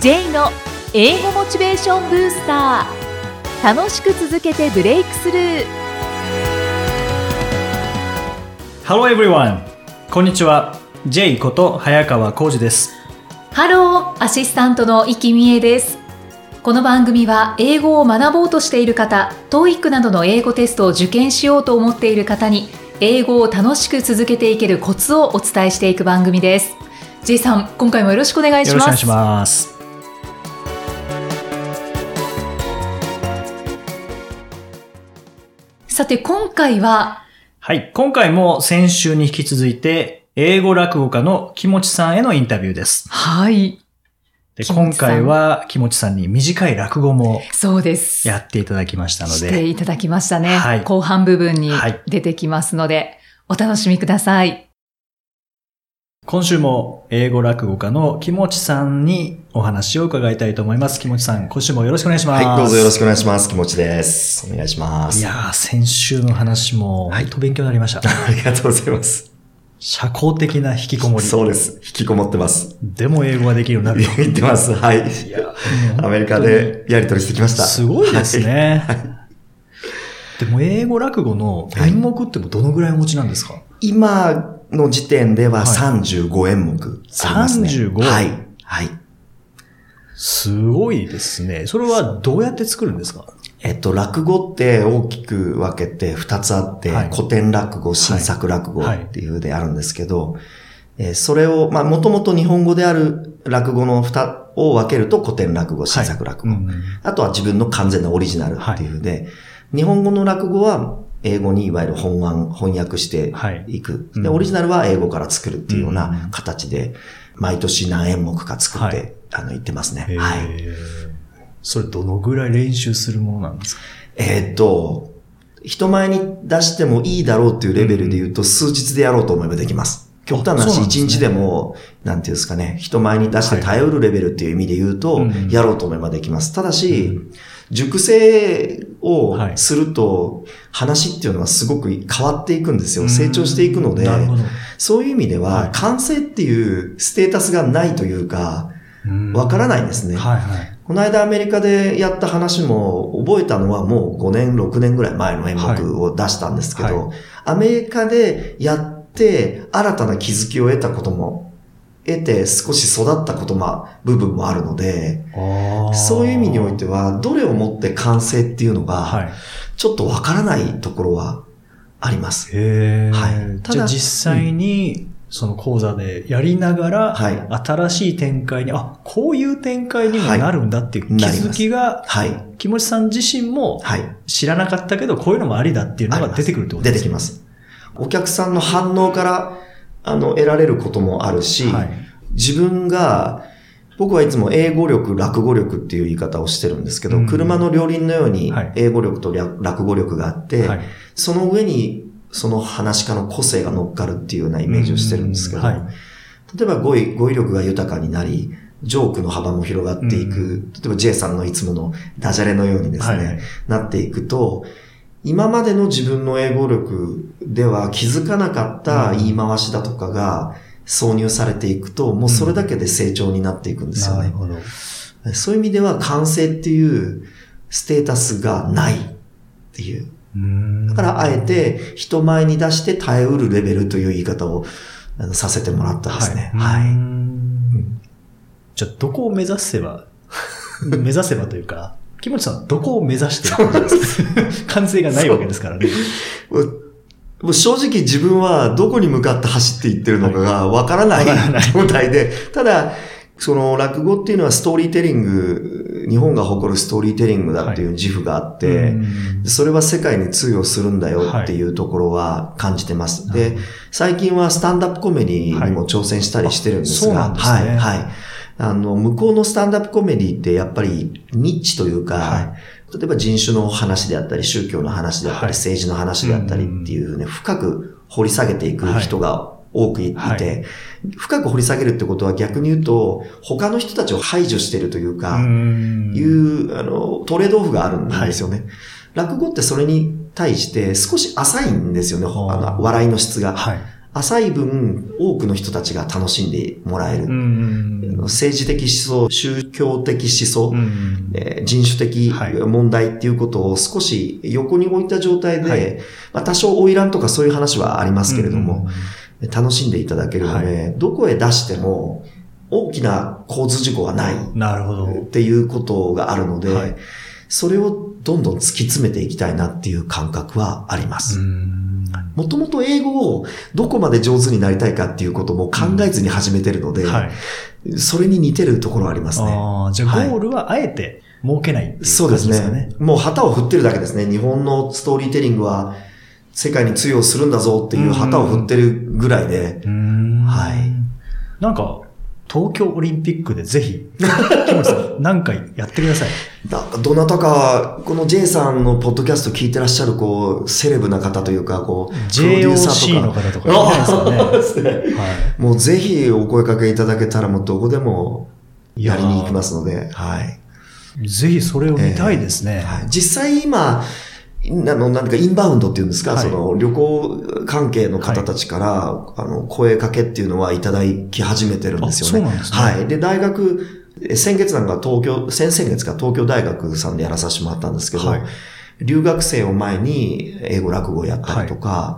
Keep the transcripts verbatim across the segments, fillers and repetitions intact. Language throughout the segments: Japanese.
J の英語モチベーションブースター。楽しく続けてブレイクスルー。 Hello everyone! こんにちは。 J こと早川浩二です。 ハロー、アシスタントの生きみえです。この番組は英語を学ぼうとしている方、トーイック などの英語テストを受験しようと思っている方に英語を楽しく続けていけるコツをお伝えしていく番組です。 J さん、今回もよろしくお願いします。 よろしくお願いします。 さて今回ははい、今回も先週に引き続いて英語落語家の木持さんへのインタビューです。 はい。 で今回は木持さんに短い落語もそうですやっていただきましたので、 していただきましたね、 はい、 後半部分に出てきますので、はい、お楽しみください。 今週も英語落語家の木持さんにお話を伺いたいと思います。木持さん、今週もよろしくお願いします。 はい、どうぞよろしくお願いします。木持です。お願いします。 いやー、先週の話も本当勉強になりました。 はい、ありがとうございます。 社交的な引きこもり。 そうです。引きこもってます。 でも英語ができるようになると。 言ってます。はい。いや、アメリカでやり取りしてきました。 すごいですね。 はい、 でも英語落語の演目ってもどのぐらいお持ちなんですか？ 今の時点ではさんじゅうごえんもくありますね。 さんじゅうご？ はい。はい。 すごいですね。それはどうやって作るんですか？ えっと、落語って大きく分けてふたつあって、はい、古典落語、新作落語っていうであるんですけど、はいはい、えー、それを、まあ、もともと日本語である落語のふたを分けると古典落語、新作落語、はい、うん、あとは自分の完全なオリジナルっていうで、はい、日本語の落語は英語にいわゆる本案、翻訳していく、はい、で、オリジナルは英語から作るっていうような形で、毎年何演目か作って、はい、あの、言ってますね。はい。 それどのぐらい練習するものなんですか？ えー、っと、人前に出してもいいだろうっていうレベルで言うと、数日でやろうと思えばできます。極端な話、一日でも、なんていうんですかね、人前に出して耐えうるレベルっていう意味で言うと、やろうと思えばできます。ただし、熟成をすると、話っていうのはすごく変わっていくんですよ。成長していくので、そういう意味では、完成っていうステータスがないというか、わからないんですね。はいはい、この間アメリカでやった話も覚えたのはもうごねん、ろくねんぐらい前の演目を出したんですけど、はいはい、アメリカでやって新たな気づきを得たことも得て少し育ったことも部分もあるので、そういう意味においてはどれをもって完成っていうのがちょっとわからないところはあります。 へー、はい、ただじゃあ実際に、うん、その講座でやりながら、はい、新しい展開に、あ、こういう展開にもなるんだっていう気づきが、はい、木持さん自身も知らなかったけど、こういうのもありだっていうのが出てくるってことですか？ 出てきます。お客さんの反応からあの得られることもあるし、はい、自分が、僕はいつも英語力、落語力っていう言い方をしてるんですけど、うん、車の両輪のように英語力と落語力があって、はい、その上にその話し家の個性が乗っかるっていうようなイメージをしてるんですけど、はい、例えば語彙、語彙力が豊かになり、ジョークの幅も広がっていく、例えば J さんのいつものダジャレのようにですね、はい、なっていくと、今までの自分の英語力では気づかなかった言い回しだとかが挿入されていくと、もうそれだけで成長になっていくんですよね。なるほど。そういう意味では完成っていうステータスがないっていう。だからあえて人前に出して耐えうるレベルという言い方をさせてもらったんですね。はい。はい、うん、 じゃあどこを目指せば目指せばというか、木持さんどこを目指してるんですか？完成がないわけですからね。 もう正直自分はどこに向かって走っていってるのかがわからない状態で、ただその落語っていうのはストーリーテリング、日本が誇るストーリーテリングだっていう自負があって、はい、それは世界に通用するんだよっていうところは感じてます。はい、で、最近はスタンダップコメディにも挑戦したりしてるんですが、はい、そうなんですね。はい、はい。あの、向こうのスタンダップコメディってやっぱりニッチというか、はい、例えば人種の話であったり、宗教の話であったり、はい、政治の話であったりっていうね、深く掘り下げていく人が多くいて、はい、深く掘り下げるってことは逆に言うと、他の人たちを排除してるというか、いう、あの、トレードオフがあるんですよね。はい、落語ってそれに対して少し浅いんですよね、あの、笑いの質が。はい、 浅い分多くの人たちが楽しんでもらえる。うん、政治的思想、宗教的思想、うんえー、人種的問題っていうことを少し横に置いた状態で、はい、まあ、多少花魁とかそういう話はありますけれども、うん、楽しんでいただけるので、はい、どこへ出しても大きな交通事故がないっていうことがあるので、はい、それをどんどん突き詰めていきたいなっていう感覚はあります。もともと英語をどこまで上手になりたいかっていうことも考えずに始めてるので、うんはい、それに似てるところはありますね。 あじゃあゴールはあえて設けないっていう感じですかね。 そうですね。もう旗を振ってるだけですね。日本のストーリーテリングは世界に通用するんだぞっていう旗を振ってるぐらいで、 うんはい。 なんか東京オリンピックでぜひ、木森さん、何回やってください。 なんかどなたか、この J さんのポッドキャスト聞いてらっしゃる、こう、セレブな方というか、こう、 ジェイオーシー の方とかいないですかね。 はい。もうぜひお声掛けいただけたら、もうどこでもやりに行きますので、はい。 ぜひそれを見たいですね。 えーはい、実際今、あの、なんかインバウンドっていうんですか、はい、その旅行関係の方たちから、はい、あの、声かけっていうのはいただき始めてるんですよね。 そうなんですね。 はい。で、大学、先月なんか東京、先々月か東京大学さんでやらさせてもらったんですけど、はい、留学生を前に英語落語をやったりとか、はい、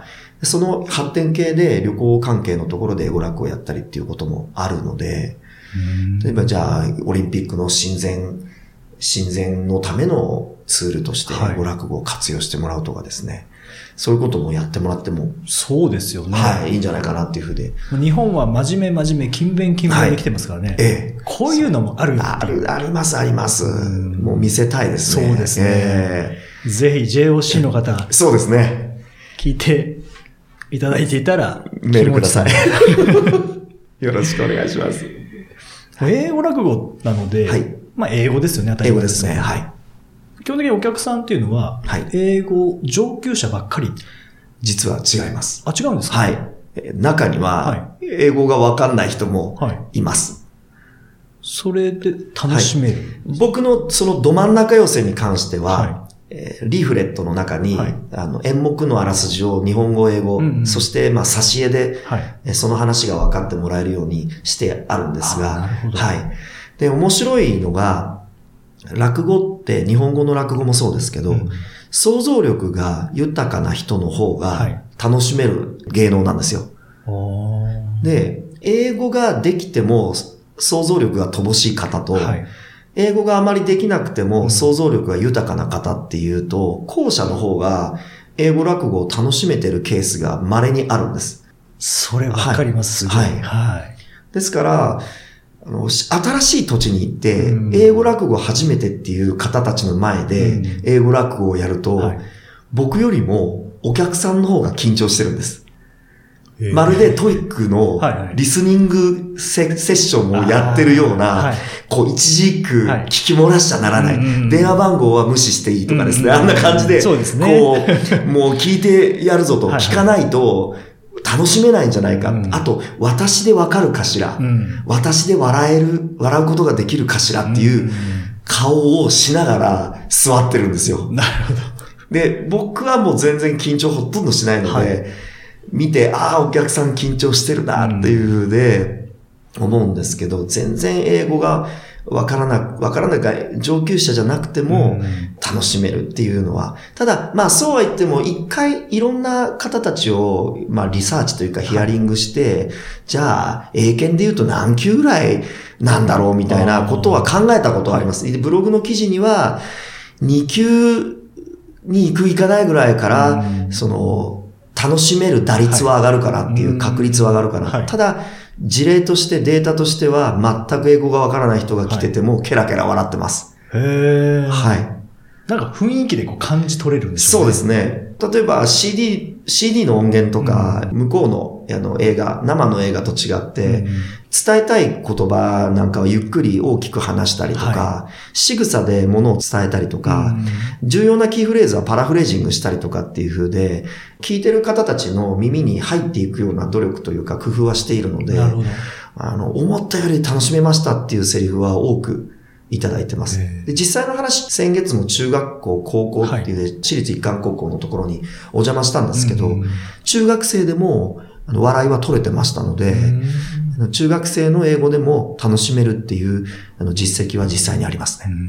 その発展系で旅行関係のところで英語落語をやったりっていうこともあるので、例えばじゃあ、オリンピックの親善、親善のためのツールとして英語落語を活用してもらうとかですね、はい、そういうこともやってもらってもそうですよね、 はい、いいんじゃないかなっていうふうで、 日本は真面目真面目勤勉勤勉できてますからね、はい、 ええ、 こういうのもあるあるありますあります、もう見せたいですね。 そうですね、えー、ぜひ ジェイオーシー の方そうですね聞いていただいていたらメールくださいよろしくお願いします。 英語落語なので、はい、まあ英語ですよね、当たり前ですね。 英語ですね、はい。 基本的にお客さんっていうのは、はい、英語上級者ばっかり。 実は違います。 あ、違うんですか？ はい。中には、英語がわかんない人もいます。はい、 それで楽しめる、はい、 僕のそのど真ん中寄せに関しては、はい、えー、リーフレットの中に、はい、あの演目のあらすじを日本語、英語、うんうん、そしてまあ挿絵で、はい、その話が分かってもらえるようにしてあるんですが、はい。で、面白いのが、落語って日本語の落語もそうですけど、うん、想像力が豊かな人の方が楽しめる芸能なんですよ。はい、で、英語ができても想像力が乏しい方と、はい、英語があまりできなくても想像力が豊かな方っていうと、後者の方が英語落語を楽しめてるケースが稀にあるんです。 それわかります。 はい。はい。ですから、あの、新しい土地に行って、うん、英語落語初めてっていう方たちの前で、英語落語をやると、うんはい、僕よりもお客さんの方が緊張してるんです。えー、まるでトイックのリスニング セ, セッションをやってるような、はい、こう一字一句聞き漏らしちゃならない、はい、電話番号は無視していいとかですね、うん、あんな感じで、 そうですね、 こう、もう聞いてやるぞと、聞かないと、はいはい楽しめないんじゃないか。うん、あと、私でわかるかしら、うん。私で笑える、笑うことができるかしらっていう顔をしながら座ってるんですよ。 なるほど。 で、僕はもう全然緊張ほとんどしないので、はい、見て、ああ、お客さん緊張してるなっていう風で思うんですけど、全然英語がわからな、わからないか、上級者じゃなくても楽しめるっていうのは。ただ、まあそうは言っても一回いろんな方たちを、まあリサーチというかヒアリングして、はい、じゃあ英検で言うと何級ぐらいなんだろうみたいなことは考えたことはあります。ブログの記事にはに級に行く行かないぐらいから、その、楽しめる打率は上がるからっていう確率は上がるから。はい、ただ、事例としてデータとしては全く英語がわからない人が来ててもケラケラ笑ってます。 はい、へー。 はい。 なんか雰囲気でこう感じ取れるんでしょうね。 そうですね。例えば シーディー、シーディー の音源とか、向こうのあの映画、生の映画と違って、うん、伝えたい言葉なんかはゆっくり大きく話したりとか、はい、仕草で物を伝えたりとか、うん、重要なキーフレーズはパラフレージングしたりとかっていう風で、聞いてる方たちの耳に入っていくような努力というか工夫はしているので、 なるほど。 あの、思ったより楽しめましたっていうセリフは多くいただいてます。で、実際の話、先月も中学校、高校っていう、はい、私立一貫高校のところにお邪魔したんですけど、うん、中学生でもあの笑いは取れてましたので、中学生の英語でも楽しめるっていうあの実績は実際にありますね。うん、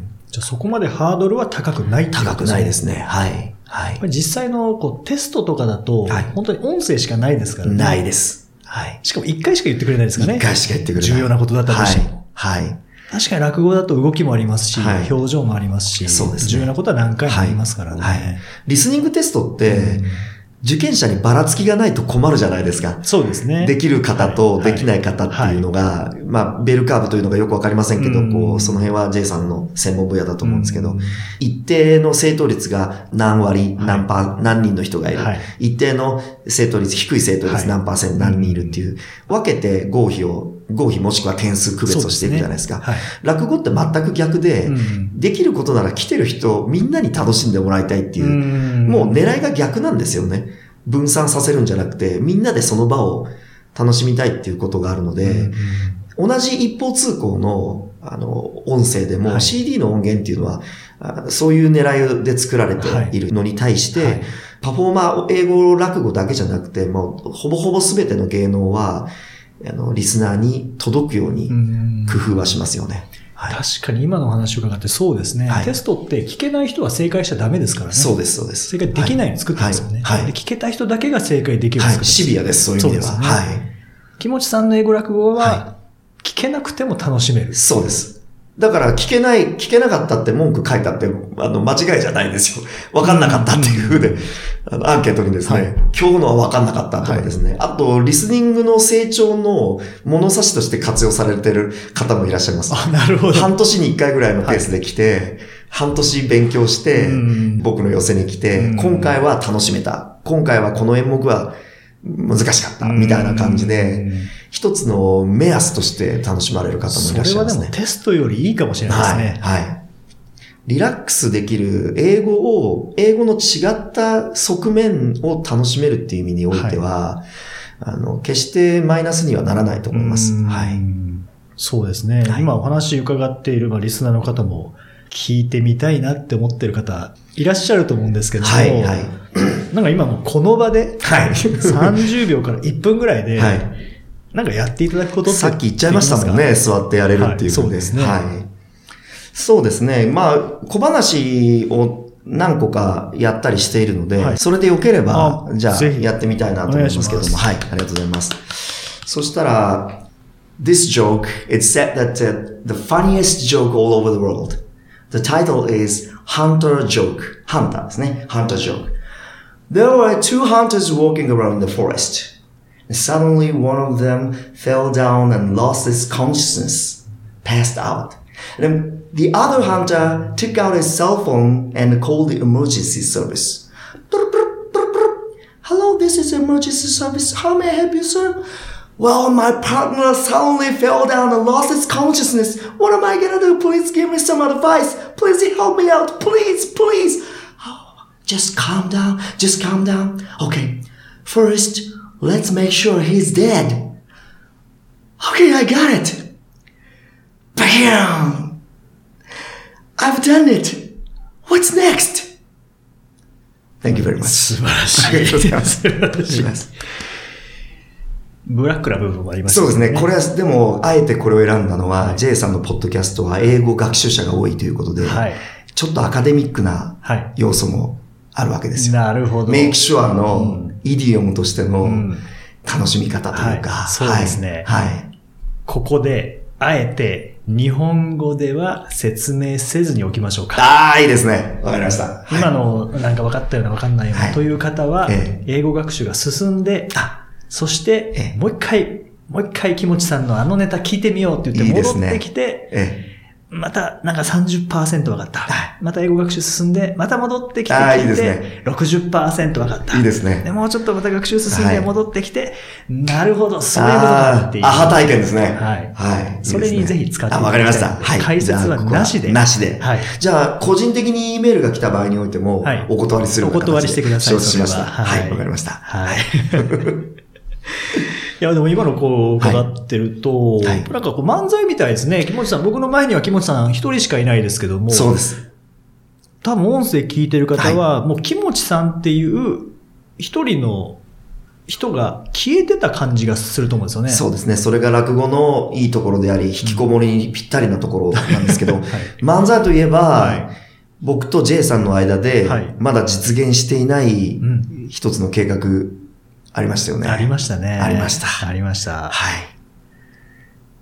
じゃあそこまでハードルは高くないっていうことですね。 高くないですね。はい。はい。 実際のこうテストとかだと、はい、本当に音声しかないですからね。 ないです。はい。 しかも一回しか言ってくれないですかね。 一回しか言ってくれない。 重要なことだったとしても。 はい。はい。 確かに落語だと動きもありますし、はい、表情もありますし、 そうですね。 重要なことは何回もありますからね。はいはい、 リスニングテストって、うん、受験者にばらつきがないと困るじゃないですか。 そうですね。 できる方とできない方っていうのが、はいはい、まあ、ベルカーブというのがよくわかりませんけど、うん、こう、その辺は J さんの専門分野だと思うんですけど、うん、一定の正答率が何割、何パー、はい、何人の人がいる。はい、一定の正答率、低い正答率何パーセント何人いるっていう、分けて合否を、合否もしくは点数区別をしていくじゃないですか。すねはい、落語って全く逆で、うん、できることなら来てる人みんなに楽しんでもらいたいっていう、うん、もう狙いが逆なんですよね。分散させるんじゃなくて、みんなでその場を楽しみたいっていうことがあるので、うん、同じ一方通行のあの音声でも シーディー の音源っていうのは、はい、そういう狙いで作られているのに対して、はいはい、パフォーマー、英語落語だけじゃなくて、もうほぼほぼ全ての芸能は、あの、リスナーに届くように工夫はしますよね。 はい、確かに今の話を伺ってそうですね、はい。テストって聞けない人は正解しちゃダメですからね。 そうです、そうです。 正解できないように作ってますよね。 はい。はい、 で聞けた人だけが正解できるように作ってます。 はい。シビアです、そういう意味では。そうですね。はい。 木持さんの英語落語は、聞けなくても楽しめる。 そうです。だから聞けない、聞けなかったって文句書いたって、あの、間違いじゃないんですよ。わかんなかったっていう風で、あの、アンケートにですね、はい、今日のはわかんなかったとかですね、はい、あと、リスニングの成長の物差しとして活用されてる方もいらっしゃいます。 あ、なるほど。 半年に一回ぐらいのペースで来て、はい、半年勉強して、僕の寄せに来て、今回は楽しめた。今回はこの演目は難しかった。みたいな感じで、一つの目安として楽しまれる方もいらっしゃいますね。 それはでもテストよりいいかもしれないですね。 はい。はい。リラックスできる英語を、英語の違った側面を楽しめるっていう意味においては、はい、あの、決してマイナスにはならないと思います。はい。 そうですね。はい、今お話伺っている、まあ、リスナーの方も聞いてみたいなって思ってる方いらっしゃると思うんですけども、はい、はい。なんか今もこの場で、はい。さんじゅうびょうからいっぷんぐらいで、はい。なんかやっていただくことってさっき言っちゃいましたもんね。座ってやれるっていう、はい、 そうですね。はい。 そうですね。まあ、小話を何個かやったりしているので、はい、それでよければ、じゃあやってみたいなと思いますけども。はい。ありがとうございます。そしたら、This joke, it's said that uh, the funniest joke all over the world. The title is Hunter Joke. Hunter ですね。Hunter Joke. There were two hunters walking around the forest.And suddenly one of them fell down and lost his consciousness, passed out. And then the other hunter took out his cell phone and called the emergency service. Hello, this is emergency service. How may I help you, sir? Well, my partner suddenly fell down and lost his consciousness. What am I gonna do? Please give me some advice. Please help me out. Please, please. Oh, just calm down. Just calm down. Okay. First,Let's make sure he's dead. Okay, I got it. Bam! I've done it. What's next? Thank you very much. 素晴らしい。ありがとうございます。素晴らしいです。ブラックな部分もありますね。 そうですね。これは、でも、あえてこれを選んだのは、はい、J さんのポッドキャストは英語学習者が多いということで、はい、ちょっとアカデミックな要素もあるわけですよ。 なるほど。 メイクシュアの、うんイディオムとしての楽しみ方というか、 はい、そうですね、はい。はい。ここで、あえて日本語では説明せずにおきましょうか。 ああ、いいですね。わかりました。 今のなんか分かったような分かんないような、はい、という方は、ええ、英語学習が進んで、あそして、ええ、もう一回、もう一回木持さんのあのネタ聞いてみようって言って戻ってきて、いいですねええまた、なんか さんじゅっパーセント 分かった。はい、また英語学習進んで、また戻ってきて聞いて、いいですね、ろくじゅっパーセント 分かった。 いいですね。 でもうちょっとまた学習進んで戻ってきて、はい、なるほど、そういうことだっていう。 アハ体験ですね。 はい。はい。それにぜひ使っていただきたい。 あ、わかりました。 はい。解説はなしで。 なしで。はい。じゃあ、個人的に E メールが来た場合においても、はい、お断りするお断りしてください。 承知しました。はい。わかりました。 はい。いや、でも今のこう伺ってると、はいはい、なんかこう漫才みたいですね。木持さん、僕の前には木持さん一人しかいないですけども。 そうです。 多分音声聞いてる方は、はい、もう木持さんっていう一人の人が消えてた感じがすると思うんですよね。 そうですね。それが落語のいいところであり、引きこもりにぴったりなところなんですけど、はい、漫才といえば、はい、僕と J さんの間で、まだ実現していない一つの計画ありましたよね。 ありましたね。 ありました。 ありました。 はい。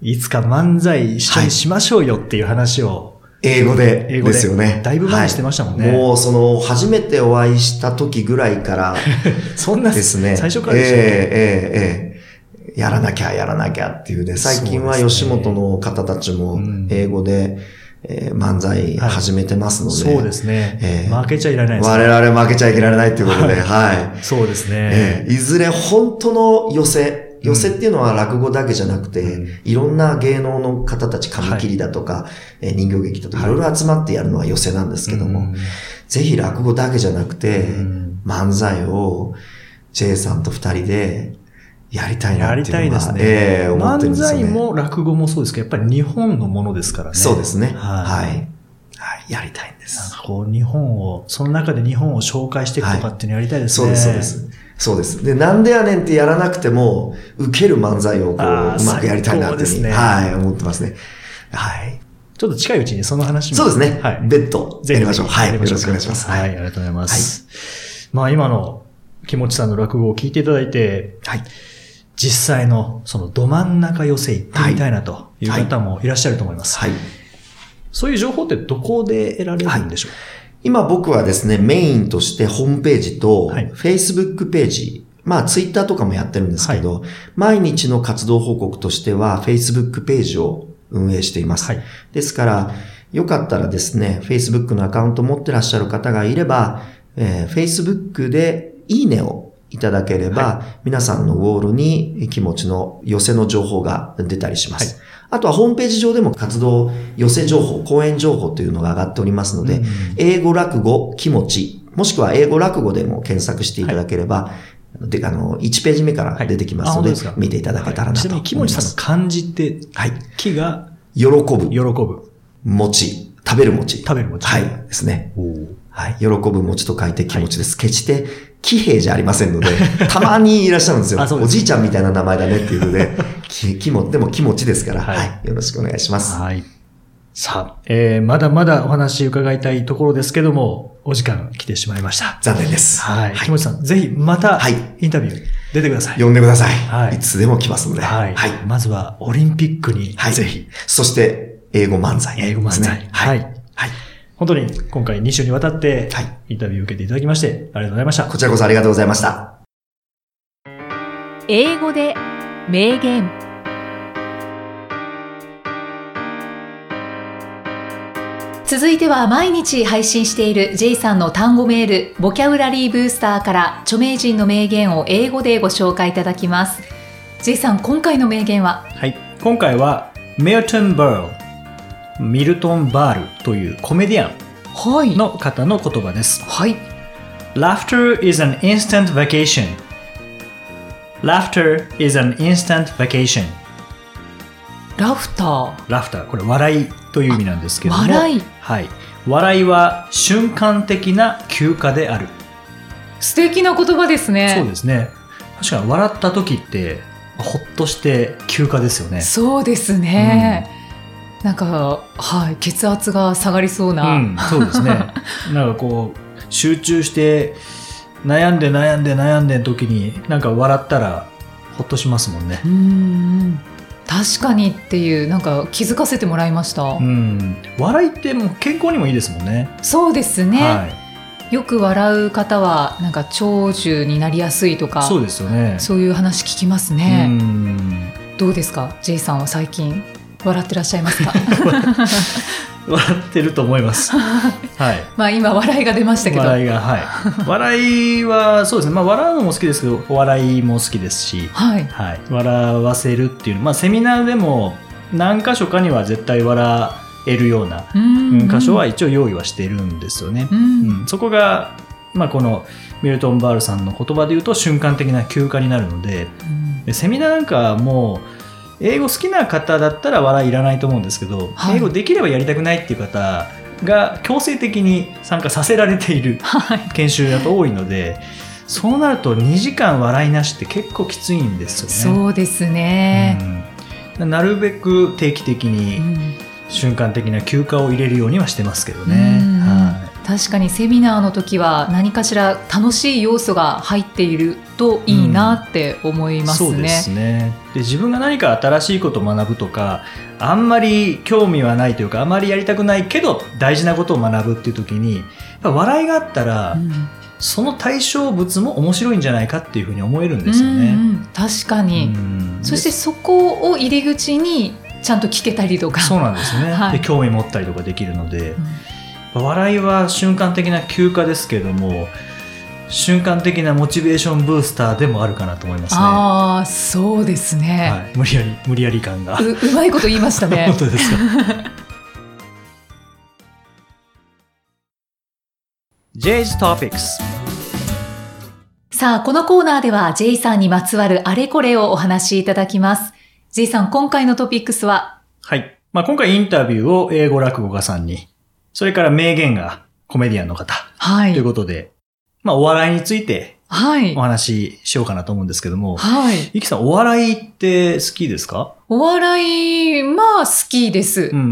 いつか漫才一緒にしましょうよっていう話を、 英語で英語でですよね。 だいぶ前にしてましたもんね。 はい、もうその初めてお会いした時ぐらいからそんなですね。 最初からでしたね。 えー、えー、えー、やらなきゃやらなきゃっていうね。最近は吉本の方たちも英語で、えー、漫才始めてますので、 はい、そうですね、えー。負けちゃいられないです、ね。 我々負けちゃいけられないっていうことで、はい。はい、 そうですね、 えー。いずれ本当の寄せ、寄せっていうのは落語だけじゃなくて、うん、いろんな芸能の方たち、紙切りだとか、はい、人形劇だとか、いろいろ集まってやるのは寄せなんですけども、はい、ぜひ落語だけじゃなくて、うん、漫才を J さんと二人でやりたいなっていうのは、 やりたいですね。 えー、思ってるんですよね。 漫才も落語もそうですけど、やっぱり日本のものですからね。 そうですね。 はい。 はい。はい、やりたいんです。 こう日本を、その中で日本を紹介していくとかっていうのやりたいですね。 はい、そうです、そうです。そうです。で、なんでやねんってやらなくても、受ける漫才をこう、うまくやりたいなっていうふうに、ね、はい、思ってますね。はい。 ちょっと近いうちにその話も。 そうですね。 はい。 別途、やりましょう。はい。よろしくお願いします。 はい。ありがとうございます。はい、まあ今の、木持さんの落語を聞いていただいて、はい。実際の、そのど真ん中寄せ行ってみたいなという方もいらっしゃると思います。はい。はい、そういう情報ってどこで得られるんでしょう、はい、 今僕はですね、メインとしてホームページと、Facebook ページ、まあ Twitter とかもやってるんですけど、はい、毎日の活動報告としては Facebook ページを運営しています。はい、ですから、よかったらですね、Facebook のアカウント持ってらっしゃる方がいれば、えー、Facebook でいいねをいただければ、はい、皆さんのウォールに気持ちの寄せの情報が出たりします。はい、あとはホームページ上でも活動寄せ情報、講演情報というのが上がっておりますので、うん、英語落語気持ち、もしくは英語落語でも検索していただければ、はい、であのいちページ目から出てきますので、はい、見ていただけたらなと思います。はい、ちなみに気持ちさんの漢字って、はい、気が喜ぶ。 喜ぶ。 餅。食べる餅。 食べる餅。 はい。ですね。はい。喜ぶ餅と書いて気持ちです。はい、決して、気兵じゃありませんので、たまにいらっしゃるんですよ。あ、そうです。おじいちゃんみたいな名前だねっていうので、気、気も、でも気持ちですから、はい、はい。よろしくお願いします。 はい。さあ、えー、まだまだお話伺いたいところですけども、お時間来てしまいました。 残念です。 はい。気持ちさん、ぜひまた、はい。インタビュー出てください。 呼んでください。はい。いつでも来ますので。 はい。はい。まずは、オリンピックに、はい。ぜひ。 そして、英語漫才、 ね。英語漫才。はい。はい。本当に今回に週にわたって、はい。インタビューを受けていただきまして、ありがとうございました。 こちらこそありがとうございました。 英語で名言。続いては毎日配信している J さんの単語メール、ボキャブラリーブースターから著名人の名言を英語でご紹介いただきます。J さん、今回の名言は？ はい、今回はミルトン・バール、ミルトン・バールというコメディアンの方の言葉です。 はい。 Laughter is an instant vacation. Laughter is an instant vacation. ラフター。 ラフター。これ笑いという意味なんですけども。 笑い。 はい。笑いは瞬間的な休暇である。 素敵な言葉ですね。 そうですね。確かに笑った時ってほっとして休暇ですよね。 そうですね。うん、なんか、はい、血圧が下がりそうな。 うん、そうですね。なんかこう集中して悩んで悩んで悩んでの時になんか笑ったらほっとしますもんね。 うーん、確かにっていうなんか気づかせてもらいました。 うん、笑いってもう健康にもいいですもんね。 そうですね。はい、よく笑う方はなんか長寿になりやすいとか、 そうですよね。 そういう話聞きますね。うん、どうですか J さんは最近笑ってらっしゃいますか？ 笑ってると思います。はい。 まあ今笑いが出ましたけど。 笑いが、はい。笑いはそうですね。まあ笑うのも好きですけど、お笑いも好きですし、 はい。 はい。笑わせるっていう、まあセミナーでも何箇所かには絶対笑えるような箇所は一応用意はしているんですよね。うん、うん、そこがまあこのミルトン・バールさんの言葉で言うと瞬間的な休暇になるので、うん、でセミナーなんかもう英語好きな方だったら笑いいらないと思うんですけど、はい、英語できればやりたくないっていう方が強制的に参加させられている研修だと多いので、 そうなるとにじかん笑いなしって結構きついんですよね。 そうですね、 うん、なるべく定期的に瞬間的な休暇を入れるようにはしてますけどね、うんはい、 確かにセミナーの時は何かしら楽しい要素が入っているといいなって思いますね、うん、 そうですね。で自分が何か新しいことを学ぶとかあんまり興味はないというかあまりやりたくないけど大事なことを学ぶっていう時にやっぱ笑いがあったら、うんその対象物も面白いんじゃないかっていうふうに思えるんですよね、 うんうん、確かに、うん、そしてそこを入り口にちゃんと聞けたりとかそうなんですね、はい、で興味持ったりとかできるので、うん、笑いは瞬間的な休暇ですけども瞬間的なモチベーションブースターでもあるかなと思いますね。 ああそうですね、 はい、無理やり無理やり感がう, うまいこと言いましたね本当ですかJ's Topics。 さあこのコーナーでは J さんにまつわるあれこれをお話しいただきます。 J さん今回のトピックスははい、まあ、今回インタビューを英語落語家さんにそれから名言がコメディアンの方、はい、ということで、まあ、お笑いについてお話ししようかなと思うんですけども、はい、イキさんお笑いって好きですか？ お笑いまあ好きです。 うん、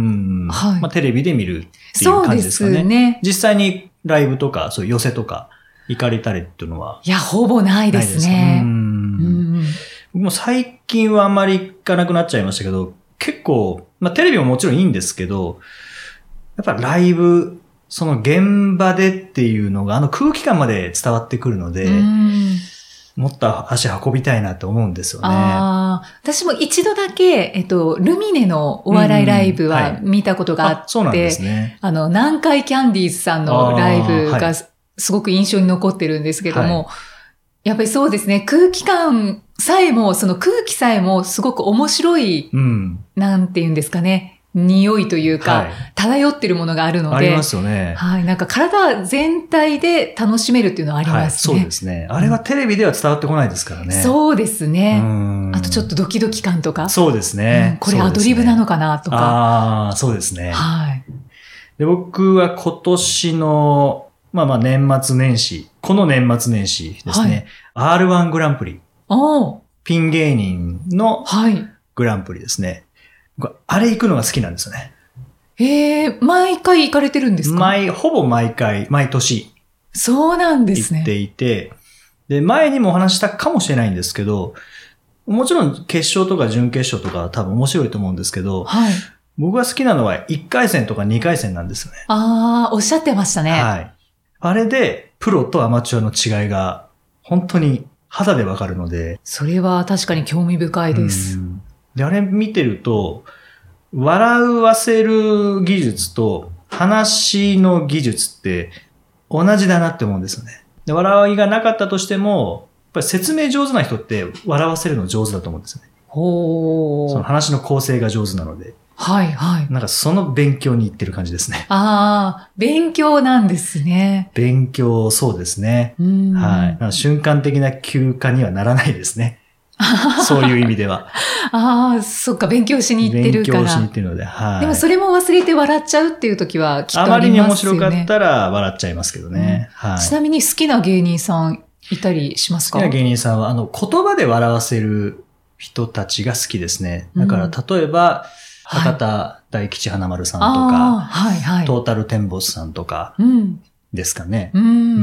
はいまあ、テレビで見るっていう感じですかね。そうですね。実際にライブとか、そういう寄席とか行かれたりっていうのは？ いや、ほぼないですね。 うんうん僕も最近はあんまり行かなくなっちゃいましたけど、結構、まあテレビももちろんいいんですけど、やっぱライブ、その現場でっていうのがあの空気感まで伝わってくるので、うんもっと足運びたいなと思うんですよね。 あ私も一度だけ、えっと、ルミネのお笑いライブは見たことがあって、うんはい、あそうなんですね。あの、南海キャンディーズさんのライブがすごく印象に残ってるんですけども、はい、やっぱりそうですね、空気感さえも、その空気さえもすごく面白い、うん、なんていうんですかね。匂いというか、はい、漂ってるものがあるので。 ありますよね。 はい。なんか体全体で楽しめるっていうのはありますね。 はい、そうですね。あれはテレビでは伝わってこないですからね。 そうですね。あとちょっとドキドキ感とか。 そうですね。 うん、これアドリブなのかなとか。 ああ、そうですね。はい。で、僕は今年の、まあまあ年末年始、この年末年始ですね。はい、アールワン グランプリ。おピン芸人のグランプリですね。はいあれ行くのが好きなんですよね。 へえ、毎回行かれてるんですか？ 毎、ほぼ毎回、毎年。 そうなんですね。 行っていて、で、前にもお話したかもしれないんですけど、もちろん決勝とか準決勝とか多分面白いと思うんですけど、はい、僕が好きなのはいっかい戦とかにかい戦なんですよね。 ああ、おっしゃってましたね。 はい。あれで、プロとアマチュアの違いが、本当に肌でわかるので。 それは確かに興味深いです。うんで、あれ見てると、笑わせる技術と話の技術って同じだなって思うんですよね。で、笑いがなかったとしても、やっぱり説明上手な人って笑わせるの上手だと思うんですよね。ほー。その話の構成が上手なので。 はいはい。 なんかその勉強に行ってる感じですね。 ああ、勉強なんですね。 勉強、そうですね。うんはい。瞬間的な休暇にはならないですね。そういう意味では。 ああ、そっか、勉強しに行ってるから。 勉強しに行ってるので、はい。 でもそれも忘れて笑っちゃうっていう時はきっとありますよね。 あまりに面白かったら笑っちゃいますけどね。 うんはい、ちなみに好きな芸人さんいたりしますか？ 好きな芸人さんは、あの、言葉で笑わせる人たちが好きですね。だから、例えば、うん、博多大吉花丸さんとか、はいはい、トータルテンボスさんとか、ですかね。うんうんうん、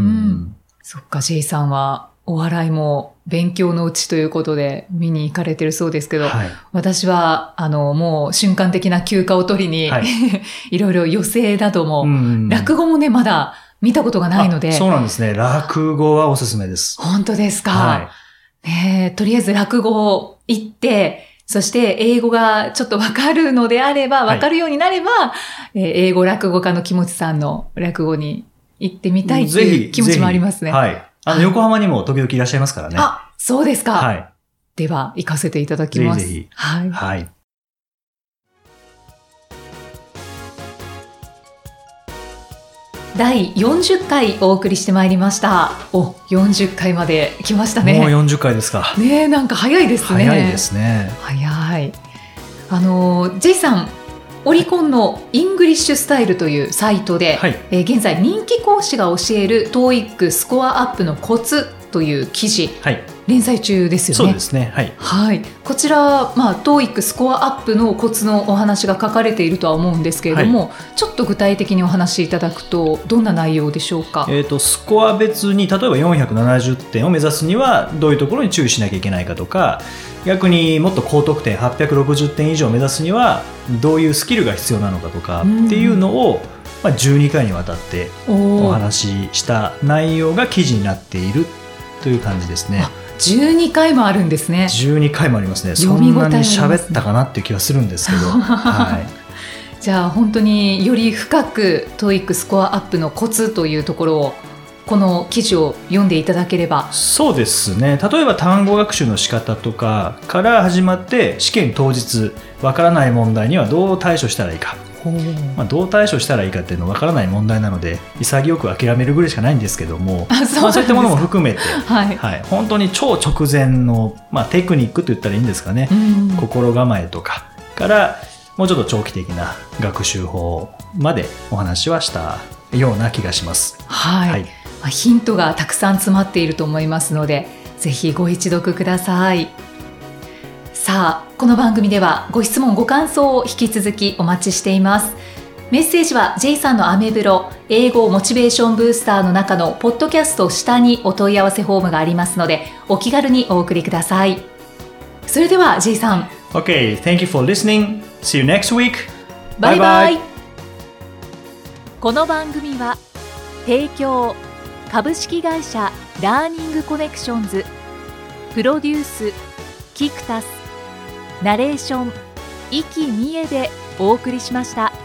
そっか、J さんは、お笑いも勉強のうちということで見に行かれてるそうですけど、はい、私は、あの、もう瞬間的な休暇を取りに、はい、いろいろ寄席なども、落語もね、まだ見たことがないので。 そうなんですね。落語はおすすめです。 本当ですか。はい、ね、とりあえず落語行って、そして英語がちょっとわかるのであれば、わかるようになれば、はい、えー、英語落語家の木持さんの落語に行ってみたいっていう気持ちもありますね。 はい。あの、横浜にも時々いらっしゃいますからね。 あ、そうですか。 はい。 では、行かせていただきます。 ぜひぜひ。 はい。 はい。 だいよんじゅっかいお送りしてまいりました。お、よんじゅっかいまで来ましたね。 もうよんじゅっかいですか。 ねえ、なんか早いですね。 早いですね。 早い。あの、J さん、オリコンのイングリッシュスタイルというサイトで、はい、えー、現在人気講師が教える トーイック スコアアップのコツという記事、 はい、 連載中ですよね。 そうですね。はい。 はい、こちら、まあ、トーイック スコアアップのコツのお話が書かれているとは思うんですけれども、はい、ちょっと具体的にお話しいただくとどんな内容でしょうか。 えーと、スコア別に例えばよんひゃくななじゅってんを目指すにはどういうところに注意しなきゃいけないかとか、逆にもっと高得点はっぴゃくろくじゅってん以上を目指すにはどういうスキルが必要なのかとかっていうのを、まあ、じゅうにかいにわたってお話しした内容が記事になっているという感じですね。 じゅうにかいもあるんですね。 じゅうにかいもありますね。そんなに喋ったかなっていう気がするんですけど、はい、 じゃあ本当により深く トーイック スコアアップのコツというところをこの記事を読んでいただければ。 そうですね。例えば単語学習の仕方とかから始まって、試験当日わからない問題にはどう対処したらいいか、まあ、どう対処したらいいかっていうのはわからない問題なので潔く諦めるぐらいしかないんですけども、あ そう, まあ、そういったものも含めて、はいはい、本当に超直前の、まあ、テクニックと言ったらいいんですかね、うん、心構えとかからもうちょっと長期的な学習法までお話はしたような気がします。 はい、はい、まあ、ヒントがたくさん詰まっていると思いますので、ぜひご一読ください。さあ、この番組ではご質問ご感想を引き続きお待ちしています。メッセージは J さんのアメブロ英語モチベーションブースターの中のポッドキャスト下にお問い合わせフォームがありますので、お気軽にお送りください。それでは J さん、 OK, thank you for listening. See you next week. バイバイ。この番組は提供株式会社ラーニングコネクションズ、プロデュースキクタス、ナレーション生きみえでお送りしました。